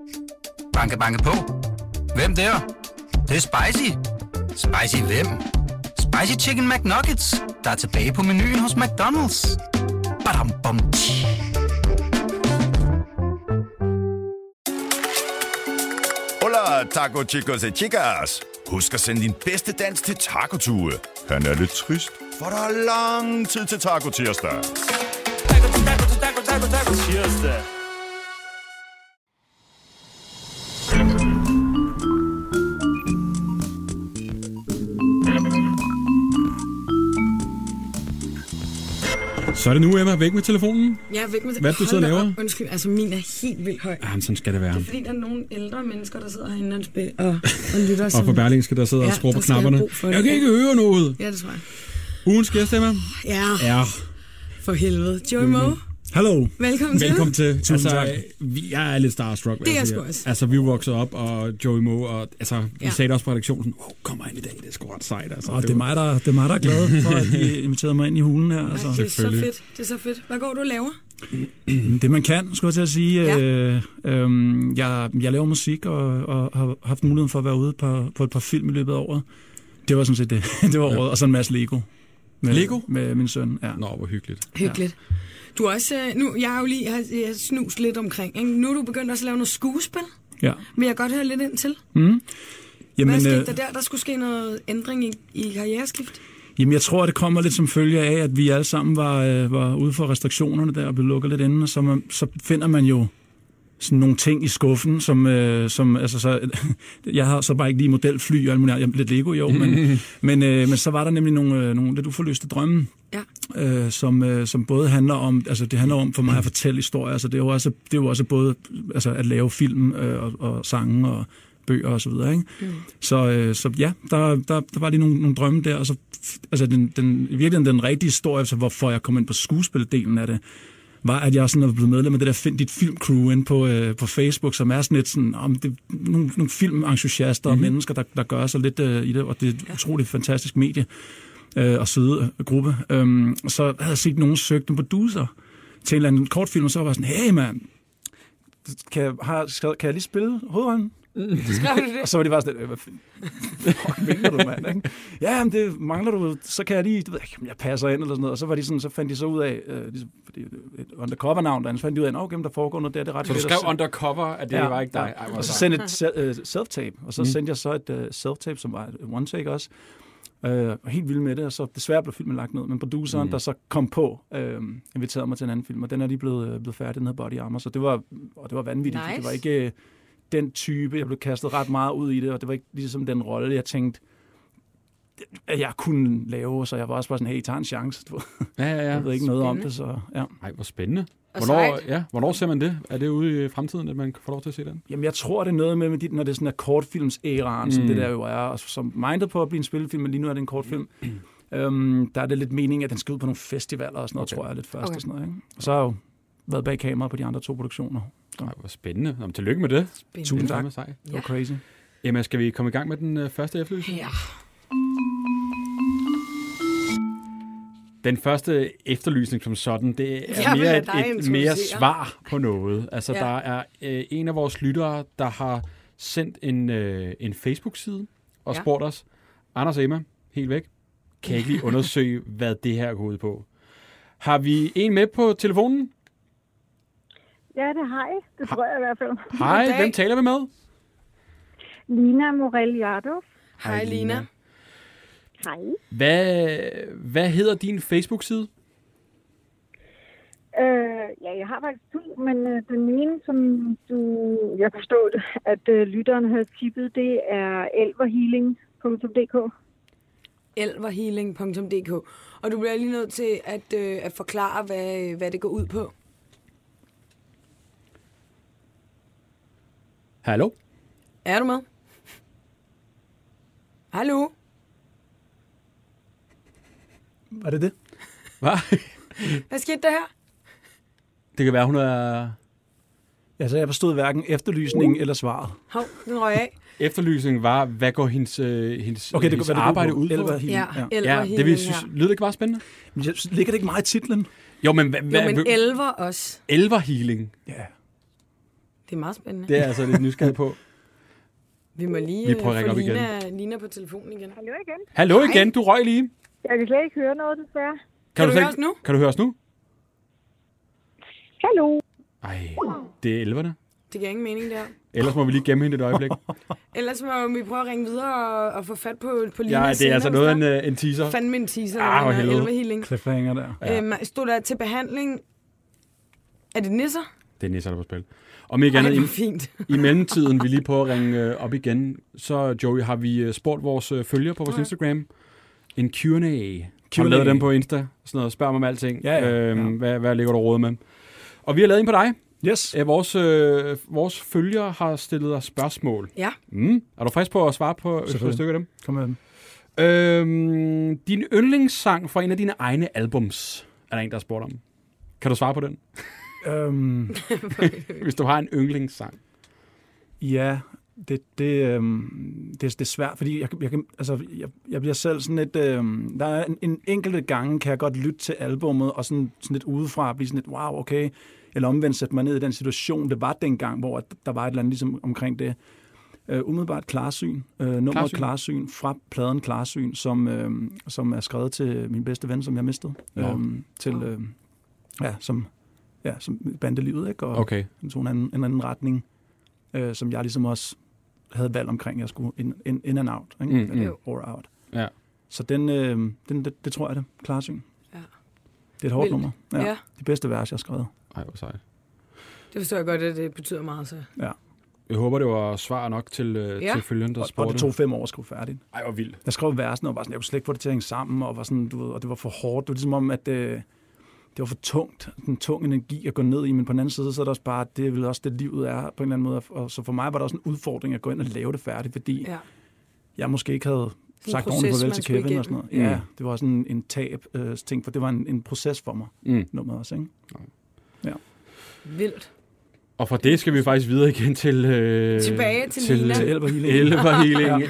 Banke, banke på. Hvem der? Det er spicy. Spicy hvem? Spicy Chicken McNuggets, der er tilbage på menuen hos McDonald's. Badum, bom, Hola, taco chicos y chicas. Husk at sende din bedste dans til Taco Tue. Han er lidt trist, for der er lang tid til Taco Tirsdag. Taco Tirsdag. Så er det nu, Emma. Væk med telefonen. Ja, væk med telefonen. Hvad du sidder og laver? Undskyld, altså min er helt vildt høj. Ja, sådan skal det være. Det er fordi, der er nogle ældre mennesker, der sidder herinde og lytter. Og for Berlingske, der sidder og skruer på knapperne. Jeg kan ikke høre noget. Ja, det tror jeg. Ugens gæst, Emma. Ja. For helvede. Joey Moe. Hallo. Velkommen til. Jeg er lidt starstruck. Det er sgu også. Altså, vi voksede op, og Joey Moe, og altså, vi sagde det også på redaktionen, kommer ind i dag, det er sgu ret sejt. Altså, det er mig, der er glad for, at I inviterede mig ind i hulen her. Altså. Det er så fedt. Det er så fedt. Hvad går du og laver? Det man kan, skulle jeg til at sige. Ja. Jeg laver musik, og har haft muligheden for at være ude på et par film i løbet af året. Det var sådan set det. Det var året, og så en masse Lego. Lego? Med min søn, ja. Nå, hvor hyggeligt. Hyggeligt. Ja. Du er også, nu, jeg har jo lige snust lidt omkring, ikke? Nu er du begyndt også at lave noget skuespil. Ja. Vil jeg godt høre lidt ind til? Mm. Hvad skete der? Der skulle ske noget ændring i karriereskift? Jamen, jeg tror, det kommer lidt som følge af, at vi alle sammen var ude for restriktionerne der og blev lukket lidt inde, og så finder man jo sådan nogle ting i skuffen, som altså så jeg har så bare ikke lige modelfly og alt muligt, jeg lidt Lego jo, men så var der nemlig nogle lidt uforløste drømme. Ja. Som både handler om, altså det handler om for mig at fortælle historier, altså det er jo også både altså at lave film og sange og bøger og så videre, ikke? Så ja, der var lige nogle drømme der, og så altså virkelig den rigtige historie, altså hvorfor jeg kom ind på skuespildelen af det, var, at jeg sådan er blevet medlem af det der Find dit filmcrew inde på Facebook, som er sådan lidt sådan, om det nogle filmentusiaster og mennesker, der gør sig lidt i det, og det er et utroligt fantastisk medie og søde gruppe. Så havde jeg set nogen søgt en producer til en eller anden kortfilm, og så var jeg sådan, hey mand, kan jeg lige spille hovedrollen? Og så var de bare sådan, hvad fuck mener du, mand? Ikke? Ja, men det mangler du, så kan jeg lige, det ved jeg ikke, om jeg passer ind eller sådan noget. Og så var de sådan, så fandt de så ud af, fordi et undercover-navn derinde, så fandt de ud af, okay, der foregår noget der, det er ret. Så du skrev undercover, at det var ikke dig? Ja. Og så sendte et self-tape, og så sendte jeg så et self-tape, som var et one-take også. Helt vild med det, og så desværre blev filmen lagt ned, men produceren, der så kom på, inviterede mig til en anden film, og den er lige blevet færdig, den hedder Body Armor, så det var vanvittigt. Nice. Det var ikke den type, jeg blev kastet ret meget ud i det, og det var ikke ligesom den rolle, jeg tænkte, at jeg kunne lave, så jeg var også bare sådan, hey, tager en chance. Ja. Jeg ved ikke noget om det, så ja. Ej, hvor spændende. Hvornår ser man det? Er det ude i fremtiden, at man får lov til at se den? Jamen, jeg tror, det er noget med når det er sådan en kortfilms-æraen, som det der jo er, og som mindet på at blive en spilfilm, men lige nu er det en kortfilm. Der er det lidt mening, at den skal ud på nogle festivaler og sådan noget, tror jeg, lidt først og sådan noget. Ikke? Og så har jeg jo været bag kamera på de andre 2 produktioner. Ej, hvor spændende. Nå, tillykke med det. Spændende. Tusind tak. Det var crazy. Emma, skal vi komme i gang med den første efterlysning? Ja. Den første efterlysning som sådan, det er mere et mere svar på noget. Altså, der er en af vores lyttere, der har sendt en Facebook-side og spurgt os, Anders og Emma, helt væk, kan I ikke lige undersøge, hvad det her går ud på? Har vi en med på telefonen? Ja, det har jeg. Det tror jeg i hvert fald. Hej, hvem taler vi med? Lina Morel-Jardov. Hej, Lina. Hej. Hvad hedder din Facebook-side? Jeg har faktisk 2, men den ene, som jeg forstår det, at lytteren havde tippet, det er elverhealing.dk. Elverhealing.dk. Og du bliver lige nødt til at forklare, hvad det går ud på. Hallo? Er du med? Hallo? Var det det? Hvad skete der her? Det kan være, hun er... Altså, jeg forstod hverken efterlysningen eller svaret. Hov, den røg af. Efterlysningen var, hvad går hendes arbejde ud på? Ja, det vi synes, lyder det ikke bare spændende? Men ligger det ikke meget i titlen? Jo, men elver også. Elverhealing? Ja. Det er meget spændende. Det er altså lidt nysgerrig på. Vi må lige prøver at ringe få Lina på telefonen igen. Hallo igen. Hallo igen, du røg lige. Jeg kan slet ikke høre noget, desværre. Kan du høre os nu? Kan du høre os nu? Hallo. Ej, det er 11'erne. Det giver ingen mening der. Ellers må vi lige gemme hende et øjeblik. Ellers må vi prøve at ringe videre og få fat på Lina. Ja, det er altså noget af en teaser. Fandme en teaser. Hvor helvede. Elverhealing. Cliffhanger der. Ja. Stod der til behandling. Er det nisser? Det er nisser, der er på spil. Om ikke andet, fint. I mellemtiden, vi lige prøver at ringe op igen, så Joey, har vi spurgt vores følgere på vores Instagram. En Q&A. Har lavet dem på Insta. Sådan noget. Spørg mig om alting. Ja. Hvad ligger du råd med? Og vi har lavet en på dig. Yes. Vores følgere har stillet os spørgsmål. Ja. Er du frisk på at svare på et stykke af dem? Kom med dem. Din yndlingssang fra en af dine egne albums, er der en, der har spurgt om. Kan du svare på den? Hvis du har en yndlingssang. Ja, det er svært, fordi jeg bliver selv sådan lidt... der er en enkelte gange, kan jeg godt lytte til albummet, og sådan lidt udefra blive sådan lidt, wow, okay, eller omvendt sætte mig ned i den situation, det var dengang, hvor der var et eller andet ligesom omkring det. Umiddelbart Klarsyn, nummeret Klarsyn fra pladen Klarsyn, som er skrevet til min bedste ven, som jeg mistede, som bandelivet, ikke? Og tog en anden retning, som jeg ligesom også havde valgt omkring, jeg skulle in and out, ikke? Or out. Ja. Så det tror jeg det, Klarsyn. Ja. Det er et hårdt nummer. Ja. De bedste vers, jeg har skrevet. Ej, hvor sejt. Det forstår jeg godt, at det betyder meget, så. Ja. Jeg håber, det var svar nok til følgende, der spurgte. Og det tog 5 år at skrive færdigt. Ej, hvor vildt. Jeg skrev versene, og var sådan, jeg kunne slet ikke få det til at hænge sammen, og var sådan, og det var for hårdt. Det var ligesom om, at det var for tungt. En tung energi at gå ned i, men på den anden side, så er det også bare, det er vel også det, livet er på en eller anden måde. Og så for mig var der også en udfordring at gå ind og lave det færdigt, fordi jeg måske ikke havde sagt ordentligt farvel til Kevin og sådan noget. Ja, det var sådan en tab-ting, for det var en proces for mig. Nummeret også, ikke? Ja. Vildt. Og fra det skal vi faktisk videre igen til tilbage til Lina. Til Elverhealing.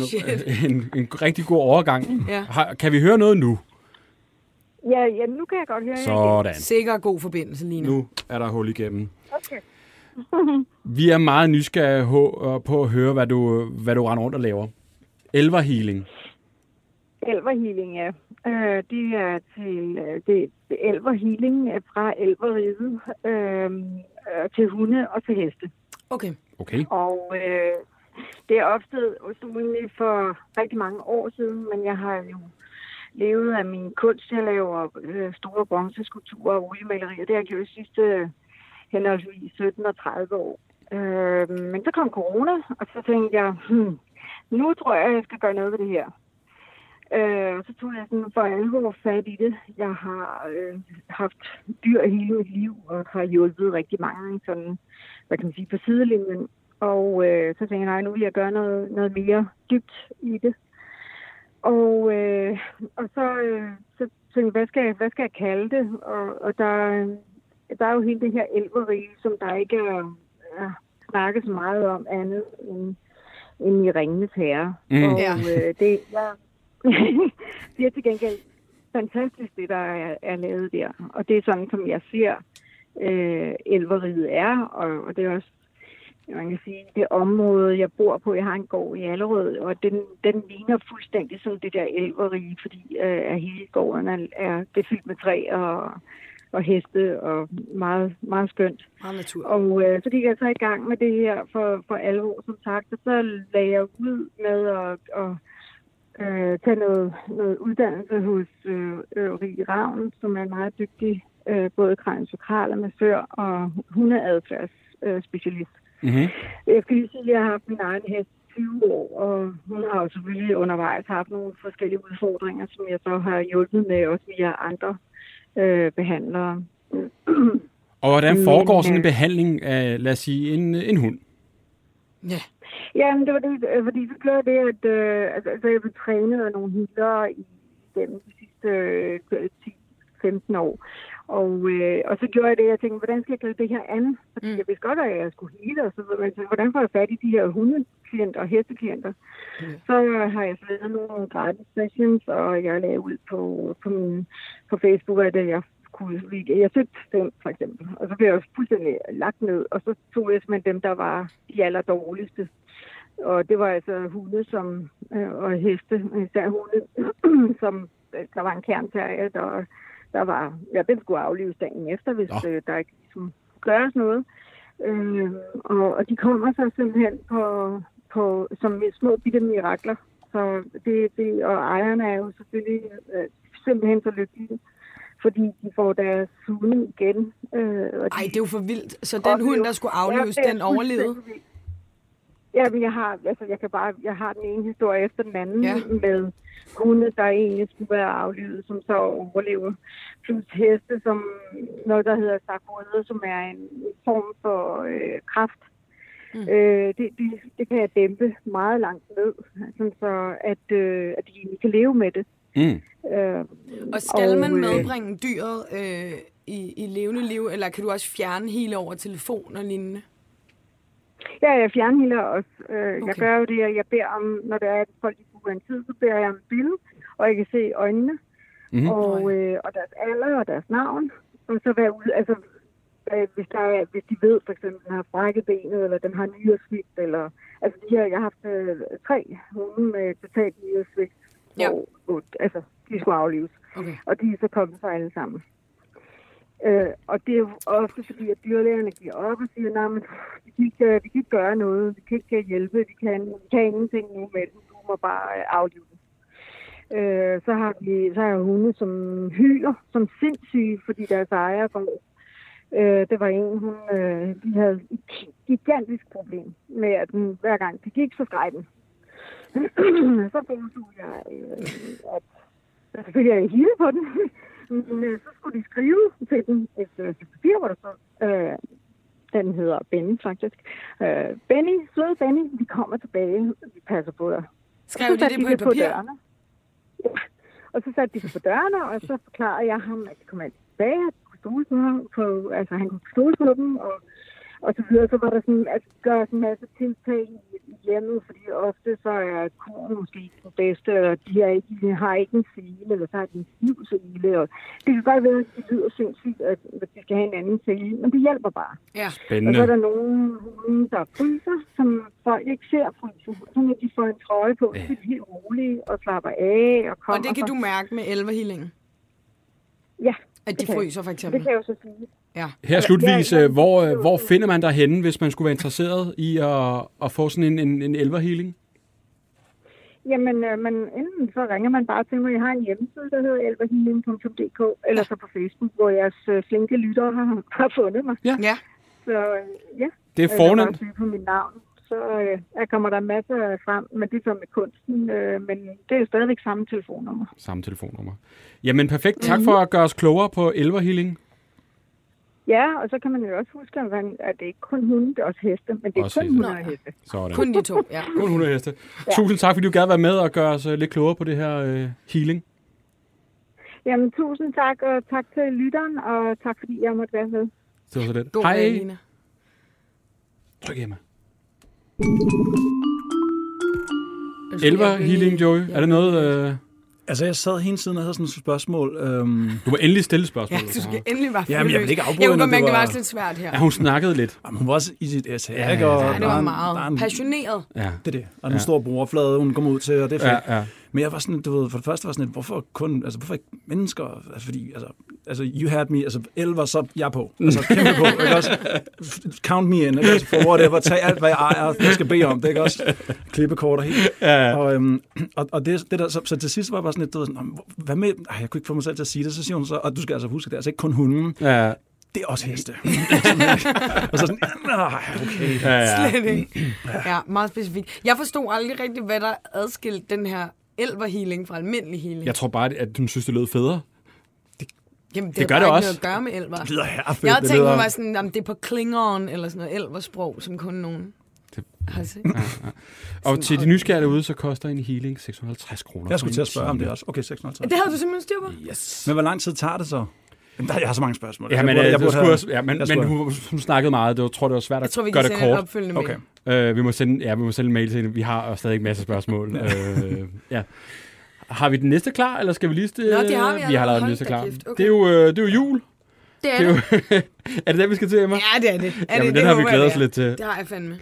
En rigtig god overgang. Ja. Kan vi høre noget nu? Ja, nu kan jeg godt høre jer. Sådan. Sikker god forbindelse, Lina. Nu er der hul igennem. Okay. Vi er meget nysgerrige på at høre, hvad du render rundt og laver. Elverhealing. Elverhealing, ja. Det er til Elverhealing fra Elverriget til hunde og til heste. Okay. Og det er opstået for rigtig mange år siden, men jeg har jo levet af min kunst. Jeg laver store bronzeskulpturer og oliemalerier. Det har jeg gjort de sidste henholdsvis 17 og 30 år. Men så kom corona, og så tænkte jeg, nu tror jeg skal gøre noget ved det her. Og så tog jeg sådan for alvor fat i det. Jeg har haft dyr hele mit liv, og har hjulpet rigtig mange sådan, hvad kan man sige, på sidelinjen. Og så tænkte jeg, nej, nu vil jeg gøre noget mere dybt i det. Og så tænkte jeg, hvad skal jeg kalde det? Og der er jo hele det her elverrige, som der ikke er snakket så meget om andet end i Ringenes Herre. Og det er til gengæld fantastisk, det der er lavet der. Og det er sådan, som jeg ser elverriget er, og det er også, man kan sige, det område, jeg bor på. Jeg har en gård i Allerød, og den ligner fuldstændig som det der elverrige, fordi hele gården er fyldt med træ og heste, og meget, meget skønt. Meget natur. Og så gik jeg så i gang med det her for alvor, som sagt, og så lagde jeg ud med at tage noget uddannelse hos Rie Ravn, som er en meget dygtig både kraniosakrale massør og hundeadfærdsspecialist. Mm-hmm. Jeg skal lige sige, at jeg har haft min egen hest 20 år, og hun har jo selvfølgelig undervejs haft nogle forskellige udfordringer, som jeg så har hjulpet med, også via andre behandlere. Og hvordan foregår sådan en behandling af, lad os sige, en hund? Ja. Jamen, det var det, fordi så gjorde det, at jeg blev trænet af nogle healere igennem de sidste 10-15 år. Og så gjorde jeg det, at jeg tænkte, hvordan skal jeg gribe det her an? Fordi jeg vidste godt, at jeg skulle heale, og så hvordan får jeg fat i de her hundeklienter og hesteklienter? Så har jeg lavet nogle gratis sessions, og jeg lagde ud på Facebook, at jeg Jeg søgte 5, for eksempel, og så blev jeg fuldstændig lagt ned, og så tog jeg simpelthen dem, der var de allerdårligste. Og det var altså hunde og heste, især hunde, som der var en kernterrier, der var, den skulle aflives dagen efter, hvis der ikke ligesom gøres noget. Og de kommer så simpelthen på som små bitte mirakler. Så og ejerne er jo selvfølgelig simpelthen så lykkelige, fordi de får deres hunde igen. Ej, det er jo for vildt. Så den hund, der skulle aflives, den overlevede? Ja, men jeg har den ene historie efter den anden med hunde, der egentlig skulle være aflivet, som så overlever. Plus heste, som noget, der hedder sarkoider, som er en form for kræft. Det kan jeg dæmpe meget langt ned, så at de egentlig kan leve med det. Og skal man medbringe dyret i levende liv, eller kan du også fjerne hele over telefon og lignende? Ja, jeg fjernhealer også. Jeg gør jo det, at jeg beder om, når der er folk i booker en tid, så beder jeg om et billede, og jeg kan se øjnene, og deres alder og deres navn. Og så være ude, altså hvis de ved, for eksempel, den har brækket benet, eller den har nyresvigt, eller altså jeg har haft 3 hunde med totalt nyresvigt, altså de skulle aflives. Okay. Og de er så kommet sig alle sammen. Og det er jo ofte fordi, at dyrlægerne giver op og siger, nej, men vi kan ikke gøre noget, vi kan ikke hjælpe, vi kan ingenting nu med den, du må bare aflive den. Så har jeg hunde, som hyler som sindssyge, fordi deres ejer går. Det var de havde et gigantisk problem med, at den hver gang de gik, så skreg den. Så foreslog jeg, at selvfølgelig er jeg hele på den. Men så skulle de skrive til den et papir, hvor der så, den hedder Benny faktisk. Benny, søde Benny, vi kommer tilbage, vi passer på dig. Skrev de det på et papir? Ja, og så satte de sig på dørene, og så forklarede jeg ham, at de kom tilbage, at han kunne stole på dem, og så videre. Så var der sådan, at gøre sådan en masse tiltag i hjemmet, fordi ofte så er kuren måske ikke den bedste, eller de har ikke en sele, eller så har de en stiv sele. Og det kan godt være, at det lyder sindssygt, at de skal have en anden sele, men det hjælper bare. Ja. Spændende. Og så er der nogle hunde, der fryser, som folk ikke ser fryser. Så når de får en trøje på, så er de helt rolige og slapper af. Og det kan du mærke med elverhealingen? Ja. At de fryser, for eksempel? Det kan jeg jo så sige. Ja. Her slutvis, hvor finder man dig henne, hvis man skulle være interesseret i at få sådan en elverhealing? Jamen, enten så ringer man bare til mig. Jeg har en hjemmeside, der hedder elverhealing.dk, eller så på Facebook, hvor jeres flinke lyttere har fundet mig. Ja. Så ja. Det er fornemt. Jeg på mit navn. Så kommer der masser frem, men det er så med kunsten, men det er jo stadigvæk samme telefonnummer. Samme telefonnummer. Jamen perfekt. Tak for at gøre os klogere på elverhealing. Ja, og så kan man jo også huske, at det ikke kun hunde, det er også heste, men det er også kun hunde og heste. Sådan. Kun de to, ja. Kun hunde og heste. Ja. Tusind tak, fordi du gad være med og gøre os lidt klogere på det her healing. Jamen, tusind tak, og tak til lytteren, og tak fordi jeg måtte være med. Det var så lidt. God Hej. Lina. Tryk hjemme. Elverhealing, Joey. Er det noget... Altså, jeg sad hele tiden og havde sådan et spørgsmål. Du må endelig stille spørgsmål. Ja, du skal endelig bare men jeg vil ikke afbryde, jeg kunne godt mærke, det var også lidt svært her. Ja, hun snakkede lidt. Jamen, hun var også i sit essay, ja, ikke? Og det var meget passioneret. Ja. Det er det. Og en stor brugerflade, hun kom ud til, og det er fedt. Ja. Men jeg var sådan, du ved, for det første var sådan, hvorfor ikke mennesker? Altså, fordi, altså, you had me, altså, elver, så jeg på. Altså, kæmpe på, ikke også? Count me in, ikke også? For whatever, tag alt, hvad jeg ejer, jeg skal bede om, det ikke også? Klippekort og helt. Ja. Og det der, så til sidst var jeg bare sådan lidt, du ved, hvad med, jeg kunne ikke få mig selv til at sige det, så siger hun så, og du skal altså huske, det er altså ikke kun hunden. Ja. Det er også heste. Og så sådan, okay. Ja. Slet ikke. Ja, meget specifikt. Jeg forstod aldrig rigtigt, hvad der adskilte den her elverhealing fra almindelig healing. Jeg tror bare, at hun synes, det lød federe. Jamen, det gør det også. Noget at gøre med elver. Det lyder herfedt. Jeg havde tænkt mig sådan, om det er på klingeren, eller sådan noget elversprog, som kun nogen har set. Ja. Og til de nysgerrige derude, så koster en healing 650 kroner. Jeg skulle til at spørge om det også. Okay, 650. Det havde du simpelthen styr på? Yes. Men hvor lang tid tager det så? Jeg har så mange spørgsmål. Ja, men hun snakkede meget. Jeg tror, det var svært at gøre det kort. Okay. Vi må sende en mail til hende. Vi har stadig en masse spørgsmål. Ja. Har vi den næste klar, eller skal vi lige... Nå, det har vi. Vi har lavet den næste klar. Okay. Det er jo jul. Det er det. Er det der, vi skal til, Emma? Ja, det er det. Jamen, den har vi glædet os lidt til. Det har jeg fandme.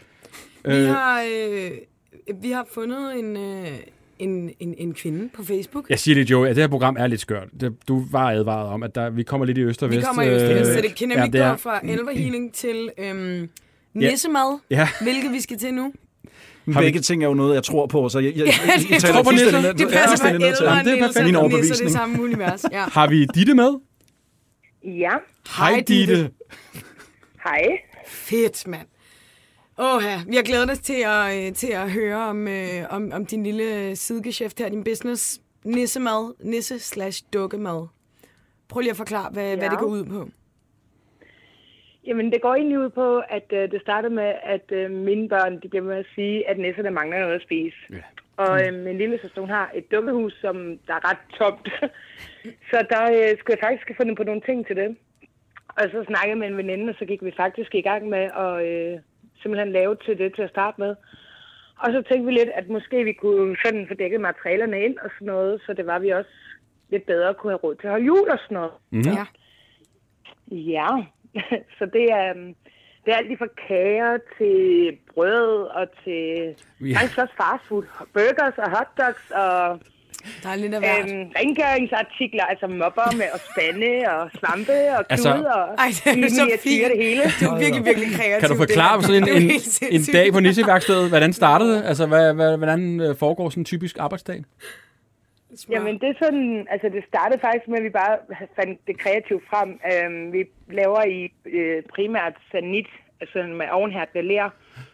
Vi har fundet en kvinde på Facebook. Jeg siger det, Joey, at det her program er lidt skørt. Du var advaret om, at vi kommer lidt i øst og vest. Vi kommer i øst og vest, så det kan nemlig gå fra elverhealing til nissemad, hvilket vi skal til nu. Begge ting er jo noget, jeg tror på, så jeg tror på nisser. Det passer med elver og min overbevisning. Nisser, det samme univers. Ja. Har vi Ditte med? Ja. Hej, Ditte. Hej. Fedt, mand. Vi har glædet os til at høre om din lille sidegeschæft her, din business. Nissemad, nisse/dukkemad. Prøv lige at forklare, hvad det går ud på. Jamen, det går egentlig ud på, at det startede med, at mine børn, de bliver med at sige, at nisserne mangler noget at spise. Ja. Og min lille søster, hun har et dukkehus, som der er ret tomt. Så der skulle jeg faktisk finde på nogle ting til det. Og så snakkede jeg med en veninde, og så gik vi faktisk i gang med at simpelthen lave til det til at starte med. Og så tænkte vi lidt, at måske vi kunne sådan få dækket materialerne ind og sådan noget, så det var vi også lidt bedre kunne have råd til at holde jul og sådan noget. Mm-hmm. Ja. Så det er alt lige fra kager til brød og til faktisk også fastfood, burgers og hotdogs og der er lidt af hvert. Rengøringsartikler, altså mopper med og spande og svampe og klude og det er så fint. Det hele. Du er virkelig kreativ. Kan du forklare sådan en dag på nisseværkstedet? Hvordan startede det? Altså, hvordan foregår sådan en typisk arbejdsdag? Jamen, det er sådan, altså det startede faktisk med, at vi bare fandt det kreativt frem. Vi laver i primært sanit, altså med ovenhærdende ler,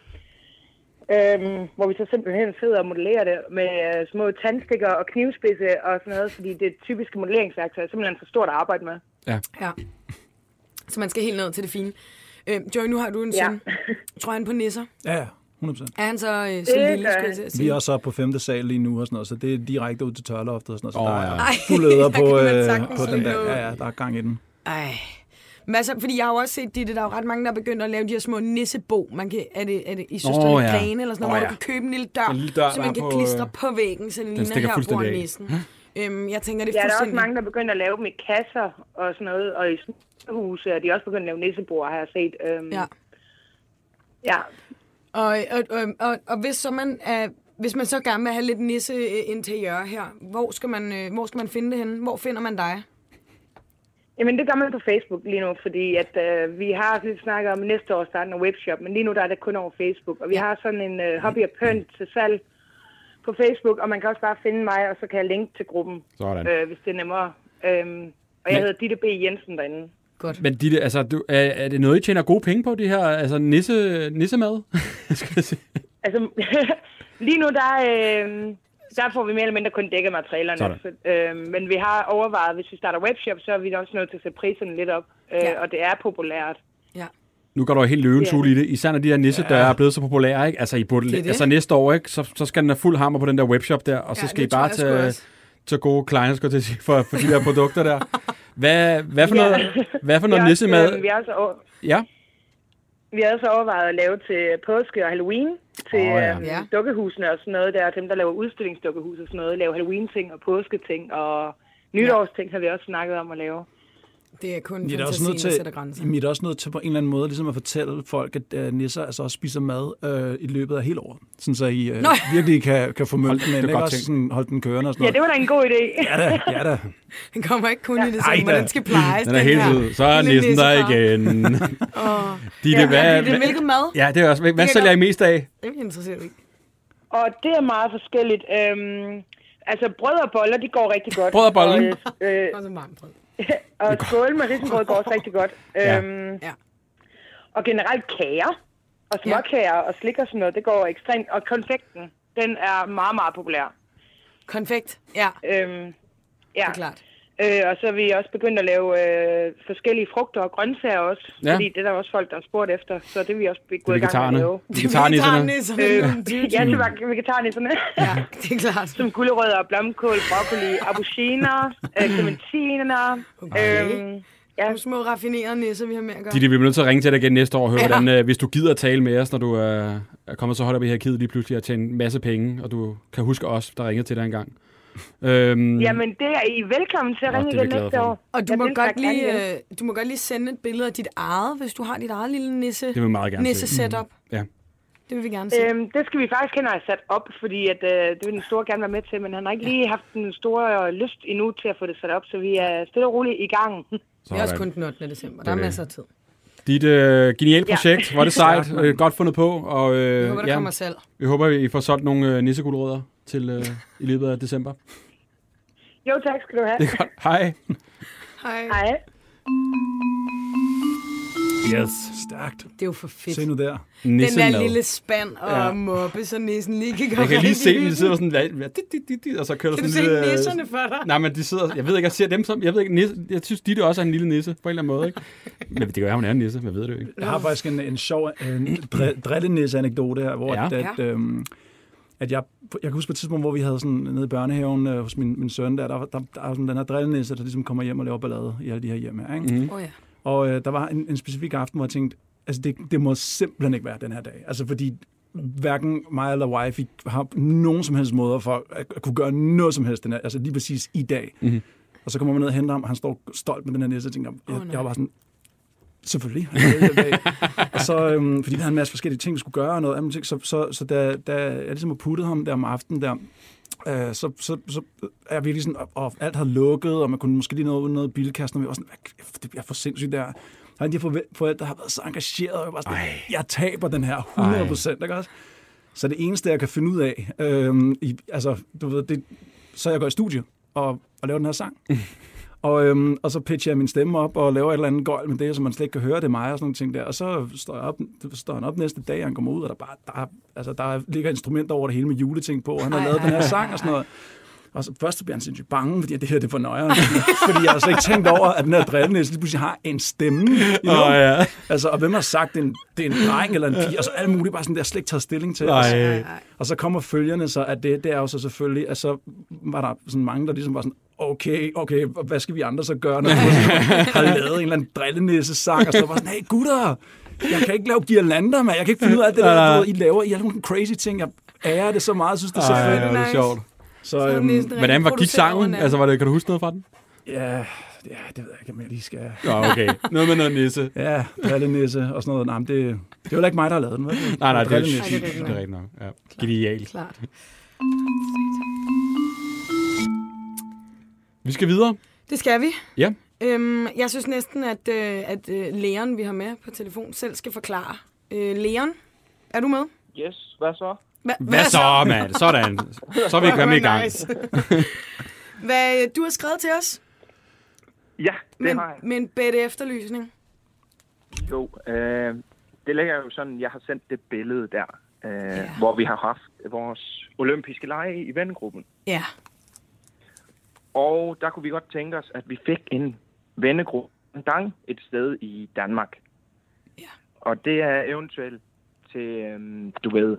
hvor vi så simpelthen sidder og modellerer det med små tandstikker og knivspidse og sådan noget, fordi det typiske modelleringsværktøj er simpelthen for stort at arbejde med. Ja. Så man skal helt ned til det fine. Joey, nu har du en søn. Tror han på nisser? Ja. 100%. Er han så lille, skulle jeg til at sige? Vi er også på 5. sal lige nu og sådan noget, så det er direkte ud til tørloftet og sådan noget. Så der er fuld æder på den der. Ja, der er gang i den. Ej. Men altså, fordi jeg har jo også set der er jo ret mange, der er begyndt at lave de her små nissebo. Man kan, er det i Søstrene Grene eller sådan noget, hvor du kan købe en lille dør så man kan klistre på væggen, så den ligner her bor nissen. Jeg tænker, det er der er også mange, der begynder at lave dem i kasser og sådan noget, og i huse, og de er også begyndt at lave nisseboer, har jeg set. Ja. Og hvis man så gerne vil have lidt nisse-interiør her, hvor skal man finde det henne? Hvor finder man dig? Jamen, det gør man på Facebook lige nu, fordi at vi har lidt snakket om næste år starten en webshop, men lige nu der er det kun over Facebook. Og vi har sådan en hobby og pynt til salg på Facebook, og man kan også bare finde mig, og så kan jeg linke til gruppen, hvis det er nemmere. Og jeg hedder Ditte B. Jensen derinde. Godt. Men Ditte, altså, er det noget, I tjener gode penge på, det her altså nissemad? Skal jeg sige. Altså, lige nu, der får vi mere eller mindre kun dækket materialerne. Men vi har overvejet, hvis vi starter webshop, så er vi også nødt til at sætte priserne lidt op. Og det er populært. Ja. Nu går der jo helt løvenshul i det. Især når de her nissedøre er blevet så populære, ikke? Altså, altså næste år, ikke? Så skal den have fuld hammer på den der webshop der, og så skal I bare tage gode kleiner, skal jeg sige, for de der produkter der. Hvad for noget nissemad? Vi har også overvejet at lave til påske og Halloween, til dukkehusene og sådan noget der. Dem, der laver udstillingsdukkehus og sådan noget, laver Halloween-ting og påsketing og nytårsting, har vi også snakket om at lave. Det er kun fantasien, der sætter grænser. Vi er også nødt til på en eller anden måde ligesom at fortælle folk, at nisser altså også spiser mad i løbet af hele året. Sådan så I virkelig kan få mølken ind, og også holde den kørende og sådan noget. Ja, det var da en god idé. Ja da. Den kommer ikke kun i det samme, den skal plejes. Den er helt ud. Så er nissen der igen. Hvilket mad? Ja, det er også. Hvad sælger I mest af? Det interesserer ikke. Og det er meget forskelligt. Altså, brød og boller, de går rigtig godt. Brød og boller? Og så varmt brød. Og skål med risengrød går også rigtig godt. Og generelt kager og småkager og slik og sådan noget, det går ekstremt. Og konfekten, den er meget, meget populær. Konfekt, ja. Det er klart. Og så er vi også begyndt at lave forskellige frugter og grøntsager også, fordi det er der også folk, der har spurgt efter, så det er vi også gået i gang med at lave. Vegetarnisserne. Ja, det var vegetarnisserne. Ja, det er klart. Som gulerødder, blomkål, broccoli, auberginer, clementiner. Nogle små raffinerede nisser, vi har med at gøre. Vi bliver nødt til at ringe til dig igen næste år og høre, hvordan, hvis du gider at tale med os, når du er kommet så højt op i her kid lige pludselig at tjene en masse penge, og du kan huske os, der ringede til dig engang. Jamen, det er I velkommen til at ringe igen næste år. Og du må godt lige sende et billede af dit eget, hvis du har dit eget lille nisse-setup. Ja. Det vil vi gerne se. Det skal vi faktisk hen og have sat op, fordi at, det vil den store gerne være med til, men han har ikke lige haft den store lyst endnu til at få det sat op, så vi er stille og roligt i gang. Det er også kun den 8. december. Der er masser af tid. Dit geniale projekt, var det sejt, godt fundet på. Og, vi håber, der kommer salg. Vi håber, I får solgt nogle nisseguldrødder til i løbet af december. Jo, tak skal du have. Det er godt. Hej. Hej. Yes, stærkt. Det er jo for fedt. Se nu der. Den der lille spand og moppe, så nissen lige kan komme. Jeg kan lige se dem, de sidder sådan, og så kører der sådan en lille... Kan du se nisserne for dig? Nej, men de sidder... Jeg ved ikke, jeg ser dem som... Jeg ved ikke, jeg synes, de også er en lille nisse, på en eller anden måde, ikke? Men det kan være, hun er en nisse, jeg ved det jo ikke. Jeg har faktisk en sjov drillenisse-anekdote her, hvor at jeg kan huske på et tidspunkt, hvor vi havde sådan nede i børnehaven hos min søn, der er sådan den her drillenisse, der ligesom kommer hjem og laver ballade i alle de her hjem her, ikke? Mm. Og der var en specifik aften, hvor jeg tænkte, altså det må simpelthen ikke være den her dag. Altså fordi hverken mig eller wife har nogen som helst måder for at kunne gøre noget som helst den her, altså lige præcis i dag. Mm-hmm. Og så kommer man ned og henter ham, og han står stolt med den her næse, og tænker, jeg var bare sådan, selvfølgelig. Og så, fordi vi havde en masse forskellige ting, vi skulle gøre, og noget, så da jeg ligesom puttede ham der om aftenen der, så er vi ligesom, og alt har lukket, og man kunne måske lige nå noget bilkassen, og vi var sådan, det bliver for sindssygt der. Og de forældre har været så engageret, og jeg var sådan, jeg taber den her 100%, ikke også? Så det eneste, jeg kan finde ud af, du ved, så jeg går i studie og laver den her sang. Og så pitcher jeg min stemme op og laver et eller andet gøjl med det, så man slet ikke kan høre det mig og sådan nogle ting der. Og så står han op næste dag, og han kommer ud, og der ligger instrumenter over det hele med juleting på, og han har lavet den her sang og sådan noget. Og så først bliver han sindssygt bange, fordi det her det er for nøjere. Fordi jeg har slet ikke tænkt over, at den her drillenisse lige pludselig har en stemme. Ja. Altså, og hvem har sagt, det er en dreng eller en pige, og så alt muligt bare sådan der slet ikke taget stilling til. Og så kommer følgerne så, at det er jo så selvfølgelig, at så var der sådan mange, der ligesom var sådan, okay, hvad skal vi andre så gøre, når vi har lavet en eller anden drillenisse-sang, og så var sådan, hey gutter, jeg kan ikke lave girlander, man. Jeg kan ikke finde ud af det der, I laver. I har nogle crazy ting. Jeg ærer det så meget, jeg synes, det er så fedt. Det er sjovt. Så, hvordan gik sangen? Altså, kan du huske noget fra den? Ja, det ved jeg ikke, om jeg lige skal... Okay. Noget med noget nisse. Ja, drillenisse og sådan noget. Nej, men det er jo ikke mig, der har lavet den. Vel? Nej, det er rigtigt nok. Ja. Genialt. Klart. Vi skal videre. Det skal vi. Ja. Jeg synes næsten, at Leon, vi har med på telefon, selv skal forklare. Leon, er du med? Yes, hvad så? Hvad så, mand? Sådan. Så vil vi komme i gang. Nice. Hvad du har skrevet til os? Ja, det har jeg. Med en bedre efterlysning? Jo, det ligger jo sådan, jeg har sendt det billede der, hvor vi har haft vores olympiske lege i vennegruppen. Ja. Og der kunne vi godt tænke os, at vi fik en vennegruppe et sted i Danmark. Ja. Og det er eventuelt til, du ved...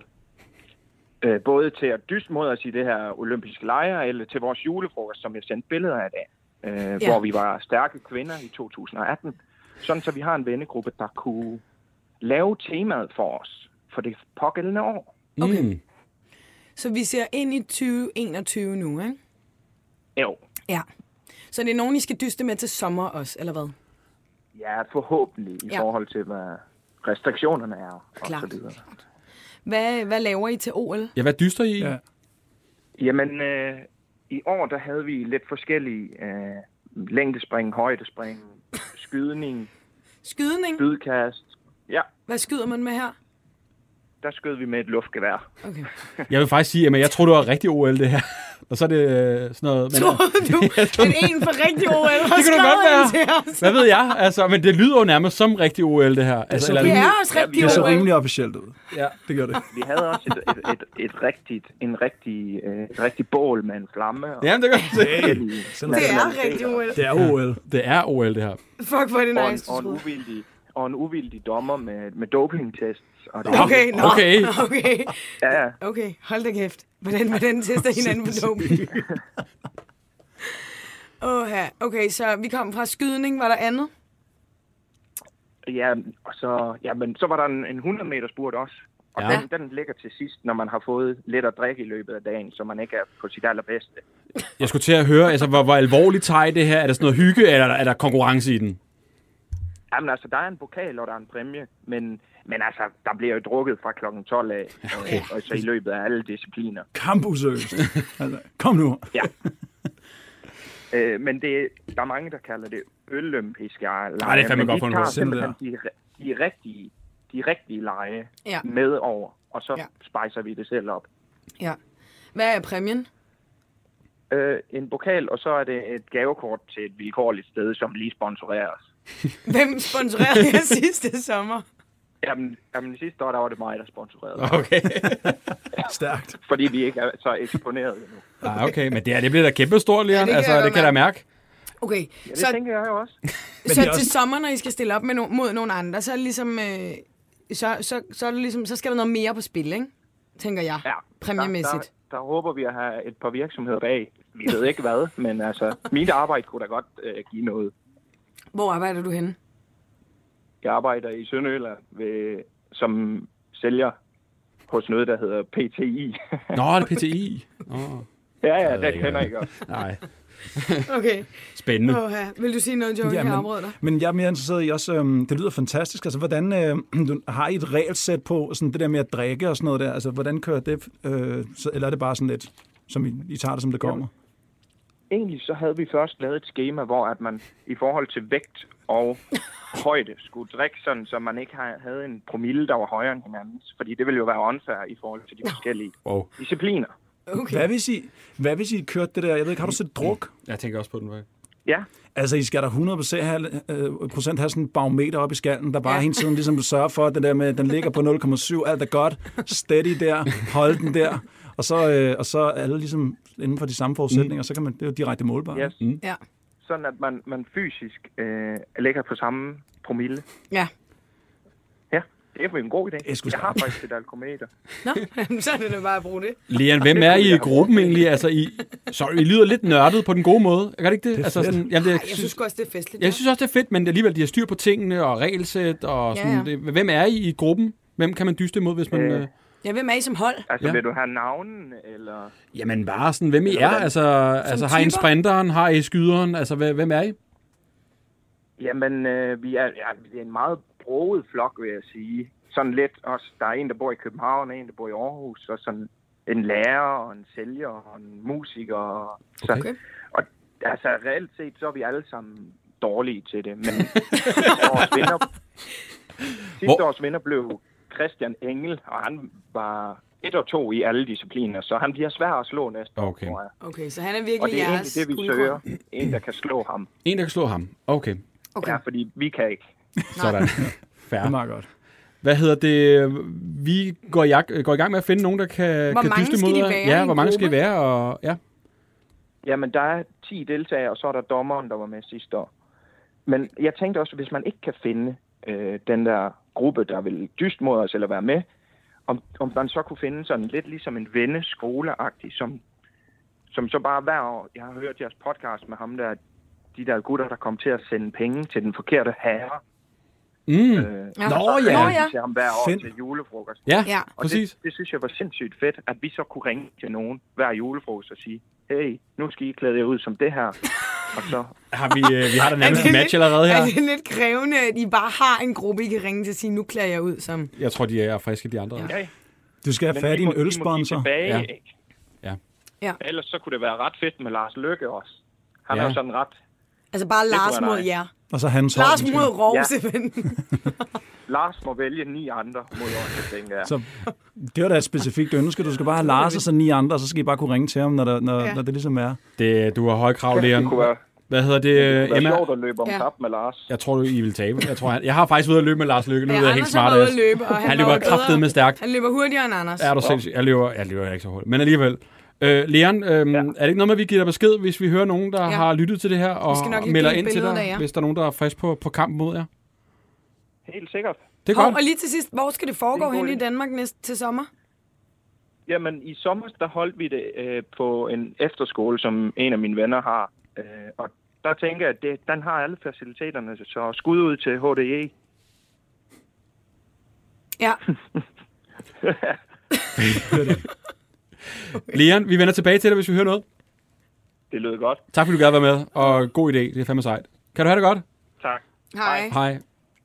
både til at dyste mod os i det her olympiske lejre, eller til vores julefrokost, som jeg sendte billeder af det, hvor vi var stærke kvinder i 2018. Sådan, så vi har en vennegruppe, der kunne lave temaet for os for det pågældende år. Okay. Så vi ser ind i 2021 nu, ikke? Jo. Ja. Så det er nogen, I skal dyste med til sommer også, eller hvad? Ja, forhåbentlig i forhold til, hvad restriktionerne er. Klart. Og så videre. Hvad laver I til OL? Ja, hvad dyster I? Ja. Jamen, i år der havde vi lidt forskellige længdespring, højdespring, skydning. Skydning? Skydekast. Ja. Hvad skyder man med her? Der skød vi med et luftgevær. Okay. Jeg vil faktisk sige, at jeg tror, det var rigtig OL, det her. Og så er det sådan noget... Tror du, at en for rigtig OL har det kan du godt være. Hvad ved jeg? Altså, men det lyder jo nærmest som rigtig OL, det her. Altså, det er også rigtig OL. Det så rimelig officielt ud. Ja, det gør det. Vi havde også et rigtig bål med en flamme. Jamen, det gør det. Det er rigtig OL. Det er OL. Det er OL, det her. Fuck, hvor er det nice. Og en uvildig dommer med dopingtests. Og det okay. Ja. Okay, hold da kæft. Hvordan tester hinanden på doping? Okay, så vi kom fra skydning. Var der andet? Ja, og så var der en 100 meter spurt også. Og den ligger til sidst, når man har fået lidt at drikke i løbet af dagen, så man ikke er på sit allerbedste. Jeg skulle til at høre, altså, hvor alvorligt tager I det her? Er der sådan noget hygge, eller er der konkurrence i den? Jamen altså, der er en pokal, og der er en præmie, men altså, der bliver jo drukket fra klokken 12 af, og så i løbet af alle discipliner. Campusøst. Altså, kom nu. Ja. Men der er mange, der kalder det olympiske lege. Nej, det er fandme godt for en tager simpelthen de rigtige lege med over, og så spejser vi det selv op. Ja. Hvad er præmien? En pokal, og så er det et gavekort til et vilkårligt sted, som lige sponsoreres. Hvem sponsorerede jer sidste sommer? Jamen sidste år, der var det mig, der sponsorerede. Okay. Stærkt. Fordi vi ikke er så eksponeret endnu. Okay, men det bliver da kæmpestort, Leon. Det kan jeg da mærke. Okay. Ja, det tænker jeg jo også. Så til sommer, når I skal stille op mod nogle andre, så er det ligesom, så er det ligesom, så skal der noget mere på spil, ikke? Tænker jeg. Ja. Præmiemæssigt. Der håber vi at have et par virksomheder bag. Vi ved ikke hvad, men altså, mit arbejde kunne da godt give noget. Hvor arbejder du henne? Jeg arbejder i Sønderjylland som sælger hos noget, der hedder PTI. Nå, det er PTI. Ja, det kender jeg godt. Nej. Okay. Spændende. Vil du sige noget, Joey? Jeg afbryder dig. Men jeg er mere interesseret i også, det lyder fantastisk. Altså, hvordan har I et regelsæt på sådan det der med at drikke og sådan noget der? Altså, hvordan kører det? Eller er det bare sådan lidt, som I tager det, som det kommer? Egentlig så havde vi først lavet et skema, hvor at man i forhold til vægt og højde skulle drikke sådan, så man ikke havde en promille, der var højere end hinandens. Fordi det ville jo være unfair i forhold til de forskellige discipliner. Okay. Hvad hvis I kørte det der? Jeg ved ikke, har du set druk? Jeg tænker også på den vej. Ja. Altså, I skal da 100% have sådan en barometer op i skallen, der bare hele tiden ligesom sørger for, at den der med, den ligger på 0,7, alt er godt, steady der, hold den der, og så er alle ligesom inden for de samme forudsætninger, så kan man, det er jo direkte målbart. Yes. Ja. Sådan at man fysisk ligger på samme promille. Ja. Det er jo en god idé. Jeg har faktisk et alkometer. Nå, så er det da bare at bruge det. Leon, hvem er I gruppen egentlig? Altså, I lyder lidt nørdet på den gode måde. Gør det ikke det? Det er altså, sådan, jeg synes også, det er festligt. Jeg synes også, det er fedt, men alligevel, de har styr på tingene og regelsæt. Og sådan, ja. Hvem er I gruppen? Hvem kan man dyste imod, hvis man... Ja, hvem er I som hold? Altså, vil du have navnen, eller... Jamen, bare sådan, hvem I er. Altså har I en sprinteren? Har I skyderen? Altså, hvem er I? Jamen, vi er en meget broget flok, vil jeg sige. Sådan lidt også, der er en, der bor i København, og en, der bor i Aarhus, og sådan en lærer, og en sælger, og en musiker. Okay. Og altså, reelt set, så er vi alle sammen dårlige til det. Men sidste års vinder blev Christian Engel, og han var 1 og 2 i alle discipliner, så han bliver svær at slå næste år, tror jeg. Okay, så han er virkelig jeres det, vi søger. En, der kan slå ham. En, der kan slå ham. Okay. Ja, fordi vi kan ikke. Sådan. Fair. Det er meget godt. Hvad hedder det? Vi går i gang med at finde nogen, der kan dyste mod jer. Ja, hvor mange skal I være? Og, ja. Jamen, der er 10 deltagere, og så er der dommeren, der var med sidste år. Men jeg tænkte også, hvis man ikke kan finde den der gruppe, der vil dyste mod os eller være med, om man så kunne finde sådan lidt ligesom en venneskoleagtig, som så bare hver år, jeg har hørt jeres podcast med ham der, de der gutter, der kom til at sende penge til den forkerte herre. Til ham hver år til julefrokost. Ja, og præcis. Det synes jeg var sindssygt fedt, at vi så kunne ringe til nogen hver julefrokost og sige, hey, nu skal I klæde jer ud som det her. Og så har vi har da nærmest match allerede her. Er det lidt krævende, at I bare har en gruppe, I kan ringe til at sige, nu klæder jeg ud som... Jeg tror, de er friske, de andre. Ja. Du skal have fat i en ølsponsor. Ja. Ellers så kunne det være ret fedt med Lars Løkke også. Han er jo sådan ret... Altså bare Lars mod jer. Og så hans Lars mod Rose. Lars må vælge 9 andre mod os, tænker jeg. Så det var da et specifikt ønske. Du skal bare have Lars og så 9 andre, og så skal I bare kunne ringe til ham, når det ligesom er. Du har høje krav, Leon. Hvad hedder det, Emma? Det er sjovt at løbe om kap med Lars. Jeg tror, I vil tabe. Jeg har faktisk været at løbe med Lars Løkke. Nu er jeg helt smart. Han løber kraftedeme stærkt. Han løber hurtigere end Anders. Er du sindssygt? Jeg løber ikke så hurtigt. Men alligevel. Leon, er det ikke noget med, at vi giver dig besked, hvis vi hører nogen, der har lyttet til det her, og melder ind til dig, hvis der er nogen, der er frisk på kampen mod jer? Helt sikkert. Det er godt. Og lige til sidst, hvor skal det foregå hen i Danmark til sommer? Jamen, i sommer, der holdt vi det på en efterskole, som en af mine venner har. Og der tænker jeg, at den har alle faciliteterne, så skud ud til HDE. Ja. Leon, vi vender tilbage til dig, hvis vi hører noget. Det lyder godt. Tak fordi du gad være med, og god idé. Det er fandme sejt. Kan du have det godt? Tak. Hej. Hej.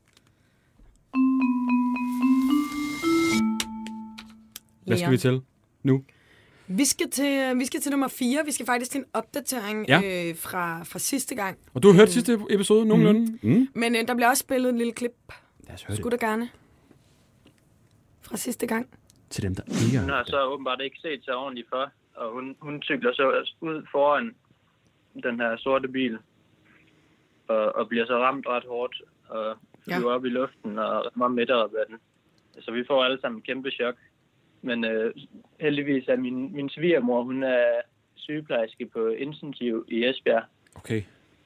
Hvad skal vi til nu? Vi skal til nummer 4. Vi skal faktisk til en opdatering fra sidste gang. Og du har hørt sidste episode nogenlunde? Men der bliver også spillet en lille klip. Skulle du gerne? Fra sidste gang. Til dem, der ikke har. Hun har så åbenbart ikke set sig ordentligt for, og hun cykler så ud foran den her sorte bil, og bliver så ramt ret hårdt, og flyver op i luften og rammer midterrabatten. Så vi får alle sammen en kæmpe chok. Men heldigvis er min svigermor, hun er sygeplejerske på intensiv i Esbjerg. Okay.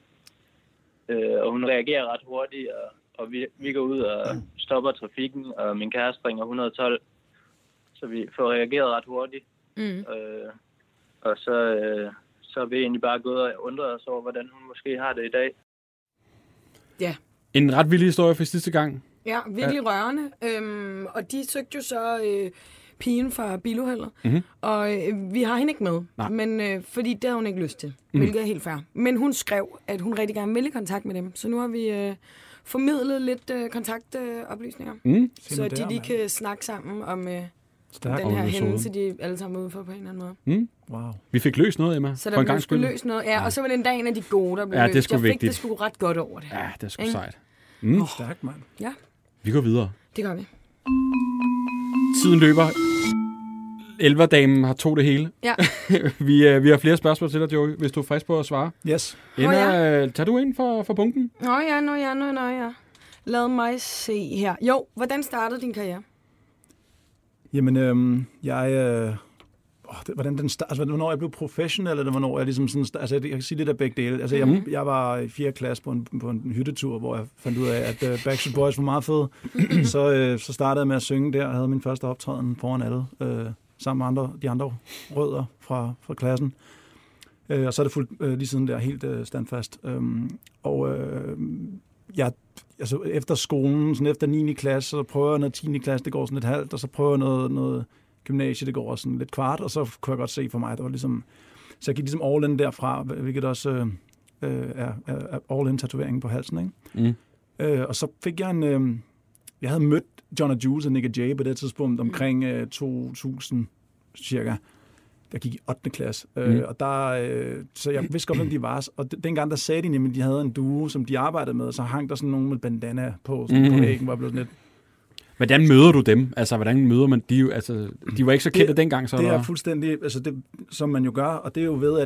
Og hun reagerer ret hurtigt, og vi går ud og stopper trafikken, og min kæreste ringer 112. Så vi får reageret ret hurtigt. Og så er vi egentlig bare gået og undret os over, hvordan hun måske har det i dag. Ja. En ret vild historie for sidste gang. Ja, virkelig rørende. Og de søgte jo så pigen fra biluheldet. Og vi har hende ikke med. Men fordi det har hun ikke lyst til. Hvilket er helt fair. Men hun skrev, at hun rigtig gerne ville i kontakt med dem. Så nu har vi formidlet lidt kontaktoplysninger. Så de lige kan snakke sammen om den her hændelse, de alle sammen er ude for på en eller anden måde. Wow. Vi fik løst noget, Emma. Så der blev sgu løst noget. Ja, og så var det en dag en af de gode, der blev løst. Jeg fik det sgu ret godt over det. Ja, det er sgu sejt. Stærkt, mand. Ja. Vi går videre. Det gør vi. Tiden løber. Elverdamen har tog det hele. Ja. vi har flere spørgsmål til dig, Joey, hvis du er frisk på at svare. Yes. Emma, tager du ind for bunken? Nå ja. Lad mig se her. Jo, hvordan startede din karriere? Jamen, hvordan den altså, hvornår jeg blev professionel, eller hvornår jeg ligesom sådan... Altså, jeg kan sige lidt af begge dele. Altså, jeg var i 4. klasse på en hyttetur, hvor jeg fandt ud af, at Backstreet Boys var meget fede. Så startede jeg med at synge der, og havde min første optræden foran alle, sammen med de andre rødder fra klassen. Og så er det fuldt lige siden der helt standfast. Altså efter skolen, sådan efter 9. klasse, så prøver jeg noget 10. klasse, det går sådan lidt halvt, og så prøver jeg noget gymnasie, det går sådan lidt kvart, og så kunne jeg godt se for mig, det var ligesom, så jeg gik ligesom all in derfra, hvilket også er all in tatoveringen på halsen, ikke? Og så fik jeg jeg havde mødt John og Jules og Nick og Jay på det tidspunkt omkring 2000 cirka. Jeg gik i 8. klasse, og så jeg vidste godt, hvem de var. Og dengang, der sagde de nemlig, at de havde en duo, som de arbejdede med, og så hang der sådan nogen med bandana på væggen, hvor jeg blev sådan lidt... Hvordan møder du dem? Altså, hvordan møder man de? Altså, de var ikke så kendte dengang, så... Det er fuldstændig, altså det, som man jo gør, og det er jo ved,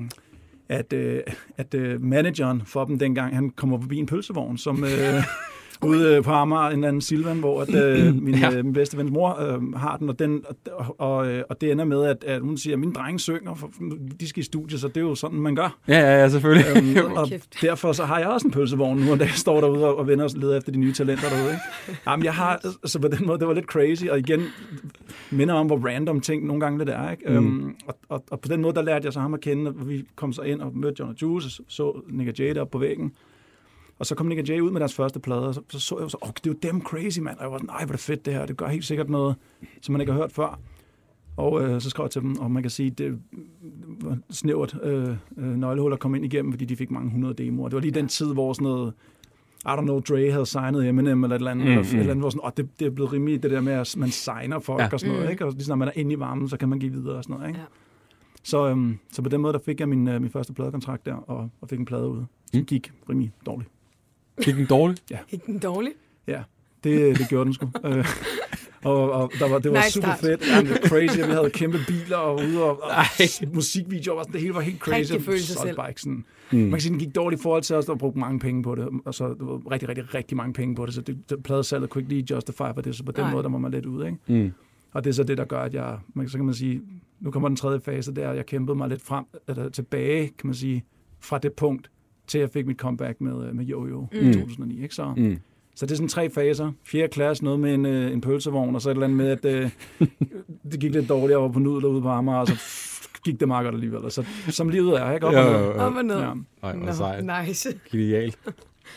at manageren for dem dengang, han kommer forbi en pølsevogn, som... ude på Amager, en eller anden Silvan, hvor min bedste vens mor har den, og det ender med, at hun siger, at min dreng synger, for de skal i studie, så det er jo sådan, man gør. Ja, selvfølgelig. Og derfor så har jeg også en pølsevogn nu, og jeg står derude og vender og leder efter de nye talenter derude. Ikke? Jamen, jeg har, altså på den måde, det var lidt crazy, og igen minder om, hvor random ting nogle gange det er. Ikke? Og på den måde, der lærte jeg så ham at kende, og vi kom så ind og mødte John og Jules, så Nick og Jay deroppe på væggen. Og så kom Nick og Jay ud med deres første plade, og så jeg så, det er jo damn crazy, mand. Og jeg var sådan, nej, hvor er det fedt det her. Det gør helt sikkert noget, som man ikke har hørt før. Og så skrev jeg til dem, og man kan sige, det var snævert nøglehul at komme ind igennem, fordi de fik mange 100 demoer. Det var lige den tid, hvor sådan noget, I don't know, Dre havde signet Eminem eller et eller andet, eller et eller andet hvor sådan, det er blevet rimelig det der med, at man signer folk og sådan noget, ikke? Og lige når man er inde i varmen, så kan man give videre og sådan noget, ikke? Ja. Så på den måde, der fik jeg min første pladekontrakt der, og fik en plade ud, som gik rimelig dårligt. Gik den dårligt? Ja. Gik den dårligt? Ja, det gjorde den sgu. Og det var super fedt. Ja, det var crazy, vi havde kæmpe biler og ude og musikvideoer, og det hele var helt crazy. Rigtig følelse selv. Man kan sige, den gik dårligt i forhold til os, der brugte mange penge på det, og så der var rigtig, rigtig, rigtig mange penge på det, så det pladesalget kunne ikke lige justify for det, så på den måde, der var man lidt ude, ikke? Og det er så det, der gør, at så kan man sige, nu kommer den tredje fase der, jeg kæmpede mig lidt tilbage, kan man sige, fra det punkt, til jeg fik mit comeback med Yo-Yo i 2009, ikke så? Så det er sådan 3 faser. 4. klasse, noget med en pølsevogn, og så et eller andet med, at det gik lidt dårligt, jeg var på nudler ude på Amager, og så gik det meget godt alligevel. Og så, som livet er, ikke? Op og ned. Op og ned. Ej, hvor sejt. Nice. Genialt.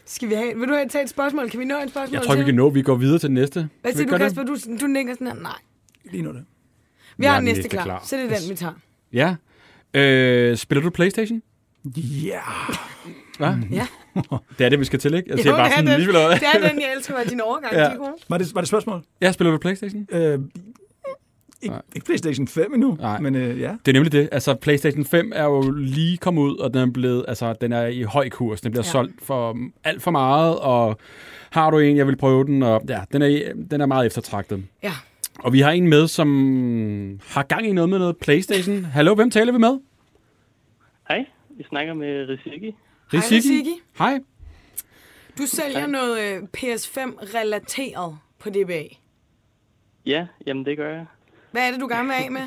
Vil du tage et spørgsmål? Kan vi nå et spørgsmål? Jeg tror, vi kan nå. Vi går videre til det næste. Hvad siger du, Kasper? Du nikker sådan her. Nej. Lige nu det. Vi har den næste klar. Så det er den, vi tager. Ja. Spiller du PlayStation? Ja. Hvad? Ja. Det er det, vi skal til, ikke? Altså, det er den, jeg elsker, var din overgang. Ja. Var det spørgsmål? Ja, spiller du PlayStation? Ikke PlayStation 5 endnu, men ja. Det er nemlig det. Altså, PlayStation 5 er jo lige kommet ud, og den er i høj kurs. Den bliver solgt for alt for meget, og har du en, jeg vil prøve den, og ja, den er meget eftertragtet. Ja. Og vi har en med, som har gang i noget med noget PlayStation. Hallo, hvem taler vi med? Hej, vi snakker med Riziki. Hej, Riziki. Hej. Du sælger noget PS5-relateret på DBA. Ja, jamen det gør jeg. Hvad er det, du gerne vil af med?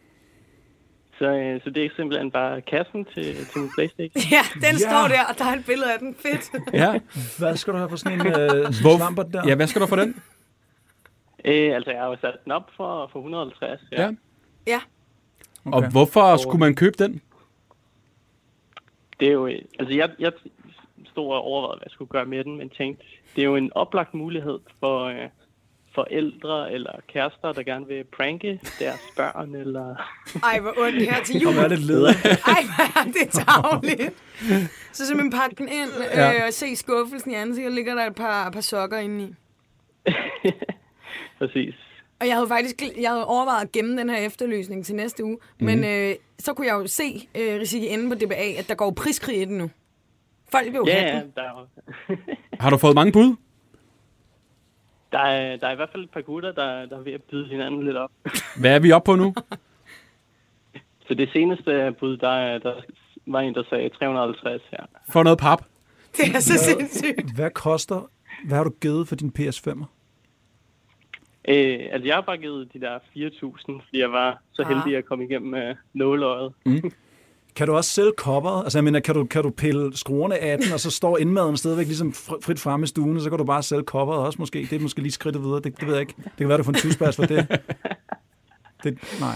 Så det er simpelthen bare kassen til min PlayStation? Ja, den står der, og der er et billede af den. Fedt. Ja. Hvad skal du have for sådan en slamper der? Ja, hvad skal du for den? Altså, jeg har jo sat den op for 150. Ja. Okay. Og hvorfor skulle man købe den? Det er jo... Altså, jeg stod og overvejede, hvad jeg skulle gøre med den, men tænkte, det er jo en oplagt mulighed for forældre eller kærester, der gerne vil pranke deres børn, eller... Ej, hvor ondt her til jul. Og være lidt leder. Ej, hvor er det tarveligt. Så simpelthen pakke den ind og se skuffelsen i ansigtet, og ligger der et par sokker inde i. Præcis. Og jeg havde overvejet at gemme den her efterlysning til næste uge, men så kunne jeg jo se Riziki inde på DBA, at der går priskrig i den nu. Folk vil jo have den. Der har du fået mange bud? Der er i hvert fald et par gutter, der er ved at byde hinanden lidt op. Hvad er vi oppe på nu? Så det seneste bud, der var en, der sagde 350 her. For noget pap? Det er så sindssygt. Hvad har du givet for din PS5'er? Altså, jeg har bare givet de der 4.000, fordi jeg var så heldig at komme igennem nåleøjet. Kan du også sælge kopperet? Altså, jeg mener, kan du pille skruerne af den, og så står indmaden stadigvæk ligesom frit fremme i stuen, og så kan du bare sælge kopperet også måske? Det er måske lige skridtet videre. Det ved jeg ikke. Det kan være, du får en tidspas for det. Nej.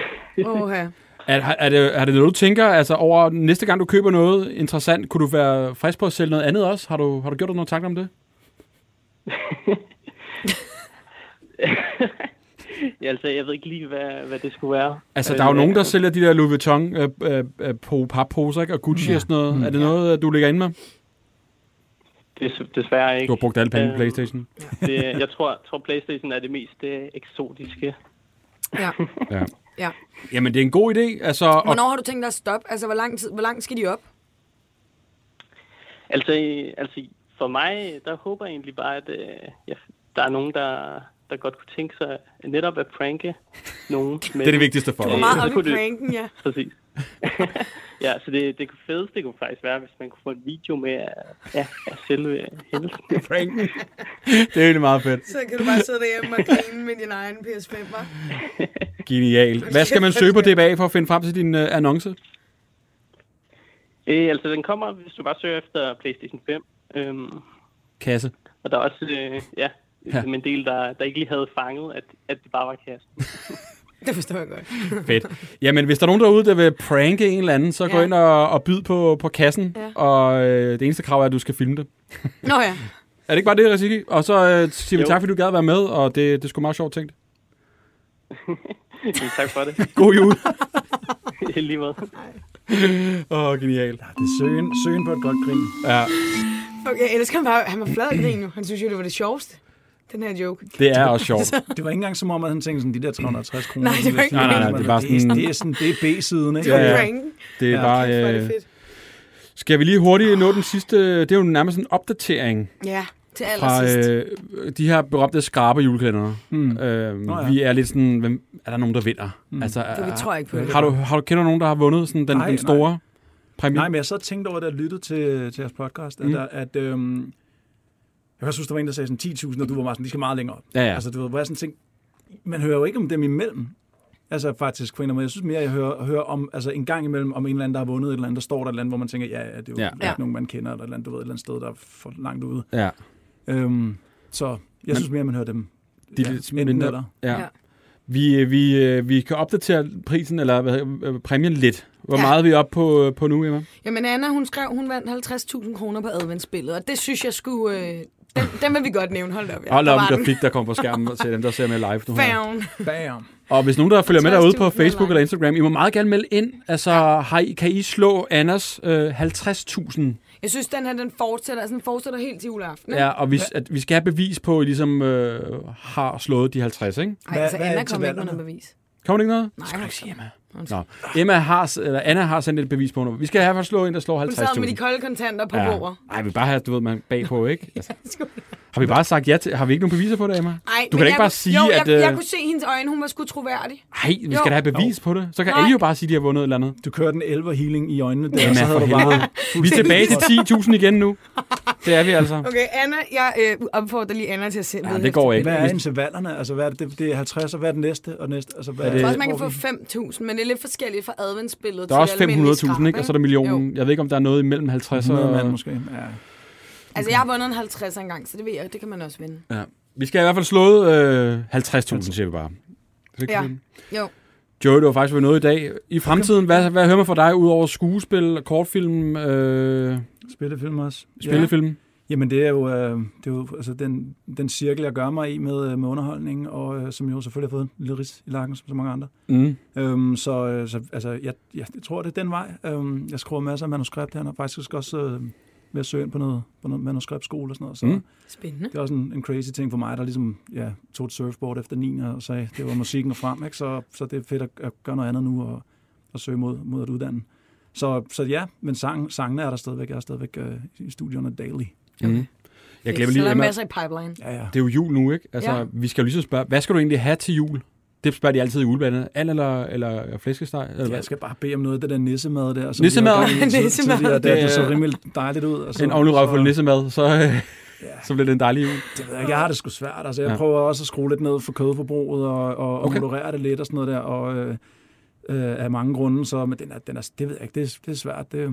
Er det noget, du tænker, altså over næste gang, du køber noget interessant, kunne du være frisk på at sælge noget andet også? Har du gjort dig nogle tanker om det? Ja, altså, jeg ved ikke lige, hvad det skulle være. Altså, der er jo nogen, der sælger de der Louis Vuitton papposer, ikke? Og Gucci og sådan noget. Er det noget, du ligger inde med? Desværre ikke. Du har brugt alle penge på PlayStation. Jeg tror, PlayStation er det mest eksotiske. Ja. Jamen, det er en god idé. Altså, hvornår har du tænkt dig at stoppe? Altså, hvor langt skal de op? Altså, for mig, der håber jeg egentlig bare, at der er nogen, der godt kunne tænke sig netop at pranke nogen. Det er det vigtigste for dig. Du er meget op i pranken, ja. Præcis. Ja, så det fedeste kunne faktisk være, hvis man kunne få en video med af selve hændelsen. Pranken. Det er egentlig meget fedt. Så kan du bare sidde derhjemme og grine med din egen PS5, hva'? Genialt. Hvad skal man søge på DBA for at finde frem til din annonce? Altså, den kommer, hvis du bare søger efter PlayStation 5. Kasse. Og der er også, en del, der ikke lige havde fanget, at det bare var kassen. Det forstår jeg godt. Fedt. Jamen, hvis der er nogen derude, der vil pranke en eller anden, så gå ind og byd på kassen. Ja. Og det eneste krav er, at du skal filme det. Nå ja. Er det ikke bare det, Riziki? Og så siger vi tak, fordi du gad at være med, og det er sgu meget sjovt tænkt. Tak for det. God jul. Lige måde. Genialt. Ja, det er søgen på et godt grin. Ja. Okay, ellers kan han var flad af grin nu. Han synes jo, det var det sjoveste. Den her joke. Det er også sjovt. Det var ikke engang som om, at han tænkte sådan, de der 360 kroner. Nej, det var ikke. Nej, det var sådan... Det er B-siden, ikke? Ja. Det er bare... fedt. Skal vi lige hurtigt nå den sidste... Det er jo nærmest en opdatering. Ja, til allersidst. Fra de her berømte skrabe julekalendere. Vi er lidt sådan... Er der nogen, der vinder? Altså, det tror jeg ikke på. Kender du nogen, der har vundet sådan den store præmie? Nej, men jeg så tænkte over, da jeg lyttede til jeres podcast, at jeg synes, der var en, der sagde sådan 10.000, og du var meget sådan, de skal meget længere op. Ja. Altså, du ved, hvor jeg sådan tænkte, man hører jo ikke om dem imellem. Altså faktisk, for en jeg synes mere, jeg hører om, altså en gang imellem, om en eller anden, der har vundet et eller andet, der står der et eller andet, hvor man tænker, det er jo ikke nogen, man kender, eller et eller andet, du ved, et eller andet sted, der er for langt ude. Ja. Så jeg synes mere, man hører dem. Enten eller. Ja. Vi kan opdatere prisen, eller præmien lidt. Hvor meget er vi oppe på nu, Emma? Jamen, Anna, hun skrev, hun vandt 50.000 kroner på adventsbilledet, og det synes jeg skulle... Den vil vi godt nævne. Hold op. Hold op, der fik, der kom på skærmen til dem, der ser med live nu her. Bam. Og hvis nogen, der følger med derude på Facebook eller Instagram, I må meget gerne melde ind. Altså, kan I slå Annas 50.000? Jeg synes, den fortsætter helt til juleaften. Ja, og vi skal have bevis på, at I ligesom har slået de 50, ikke? Nej, altså Anna kommer ikke med noget bevis. Kommer det ikke noget? Nej, skal du ikke sige, Emma. Anna har sendt et bevis på noget. Vi skal have for at slå en, der slår 50.000. Hun sad med de kolde kontanter på bordet. Nej, vi bare have, man bagpå, ikke? Altså. Har vi bare sagt ja til... Har vi ikke nogen beviser på det, Emma? Nej, du kan ikke bare sige, at... Jeg kunne se hendes øjne, hun var sgu troværdig. Nej, vi skal da have bevis på det. Så kan alle jo bare sige, at de har vundet et eller andet. Du kørte en elverhealing i øjnene der, Emma, så havde du bare... Vi er tilbage til 10.000 igen nu. Det er vi altså. Okay, Anna, jeg opfordrer lige Anna til at se. Ja, det går ikke. Hvad er intervallerne? Altså, hvad er det? Det er 50, og hvad er det næste? Og næste? Altså, hvad jeg tror også, man kan få 5.000, men det er lidt forskelligt fra adventsbilledet til der er også 500.000, ikke? Og så er der millionen. Jeg ved ikke, om der er noget imellem 50 og... 100 måske, ja. Altså, jeg har vundet en 50 engang, så det ved jeg, det kan man også vinde. Ja. Vi skal i hvert fald slået 50.000, siger vi bare. Ja, jo. Joey, det var faktisk noget i dag. I fremtiden, hvad hører man fra dig, ud over skuespil, kortfilm? Spillefilm også. Spillefilm? Ja. Jamen, det er jo altså den cirkel, jeg gør mig i med underholdning, og som jo selvfølgelig har fået en lille ris i lakken, som så mange andre. Så altså, jeg tror, det er den vej. Jeg skriver masser af manuskript her, og faktisk også ved at søge ind på noget manuskriptskole og sådan noget. Så spændende. Det er også en crazy ting for mig, der ligesom tog et surfboard efter 9. og sagde, det var musikken og frem, ikke? Så det er fedt at gøre noget andet nu og søge mod at uddanne. Så ja, men sangene er der stadigvæk. Jeg er stadigvæk i studierne daily. Okay. Jeg glemmer lige, så der er masser i pipeline. Ja. Det er jo jul nu, ikke? Altså, vi skal jo lige så spørge, hvad skal du egentlig have til jul? Det spørger de altid i juleblandet. And eller flæskesteg? Eller jeg skal bare bede om noget af det der nissemad der. Nissemad? Det så rimelig dejligt ud. Og så, en ordentlig røvfuld nissemad, så bliver det en dejlig jul. Det ved jeg har det sgu svært. Altså, jeg prøver også at skrue lidt ned for kødforbruget og moderere det lidt og sådan noget der. Og af mange grunde, så men den er, det ved jeg ikke, det er svært. Det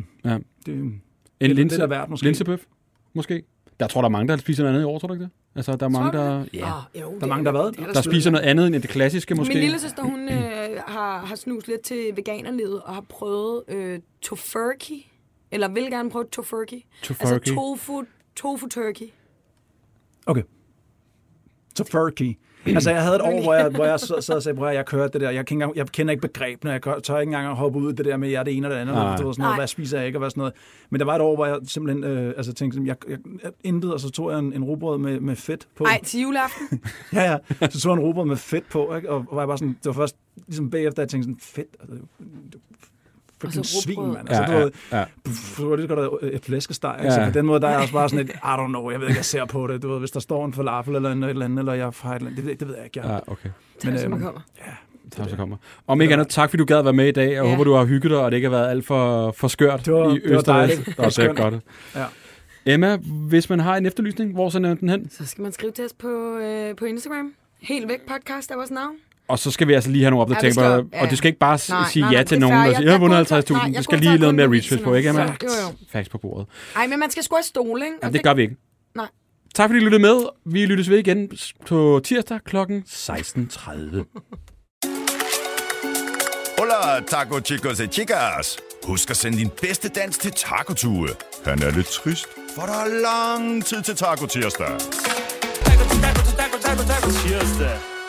en det er værd, måske. Linsebøf, måske. Jeg tror, der er mange, der spiser noget andet i år, tror du ikke det? Altså, der er mange, der... Ja, der er mange, der hvad? Der spiser noget andet end det klassiske, måske. Min lille søster, hun har snuset lidt til veganerlivet og har prøvet tofurkey. Eller vil gerne prøve tofurkey. Altså tofu turkey. Okay. Tofurkey. Altså, jeg havde et år, hvor jeg sad og sagde, jeg kørte det der. Jeg kender ikke begrebene. Jeg tør ikke engang at hoppe ud det der med, jeg er det ene eller det andet. Det var sådan noget, hvad spiser jeg ikke, og hvad sådan noget. Men der var et år, hvor jeg simpelthen tænkte, jeg intet, og så tog jeg en rugbrød med fedt på. Nej, til juleaften? ja. Så tog jeg en rugbrød med fedt på, ikke? Og var bare sådan, det var først ligesom bagefter, jeg tænkte sådan, fedt. Fucking svin, mand. Du var lige godt et flæskesteg, ikke? Så på den måde, der er jeg også bare sådan et, I don't know, jeg ved ikke, jeg ser på det. Du ved, hvis der står en falafel eller et eller andet, eller jeg har et eller andet, det ved jeg ikke. Okay. Men så kommer. Ja. Så kommer. Om ikke andet, tak fordi du gad være med i dag. Jeg håber, du har hygget dig, og det ikke har været alt for skørt i Østrig. Det var dejligt. Det er godt. Ja. Emma, hvis man har en efterlysning, hvor sender den hen? Så skal man skrive til os på Instagram. Helt væk podcast er vores navn. Og så skal vi altså lige have nogle opdateringer, og det skal ikke bare sige ja til nogen, der siger, jeg har vundet 50.000. Det skal lige noget mere research på, ikke, Emma? Jo. Facts på bordet. Nej, men man skal sgu have stole, ikke? Ja, det gør vi ikke. Nej. Tak fordi I lyttede med. Vi lyttes ved igen på tirsdag kl. 16:30. Hola, taco chicos y chicas. Husk at sende din bedste dans til Taco Tue. Han er lidt trist, for der er lang tid til Taco Tirsdag. Taco tirsdag.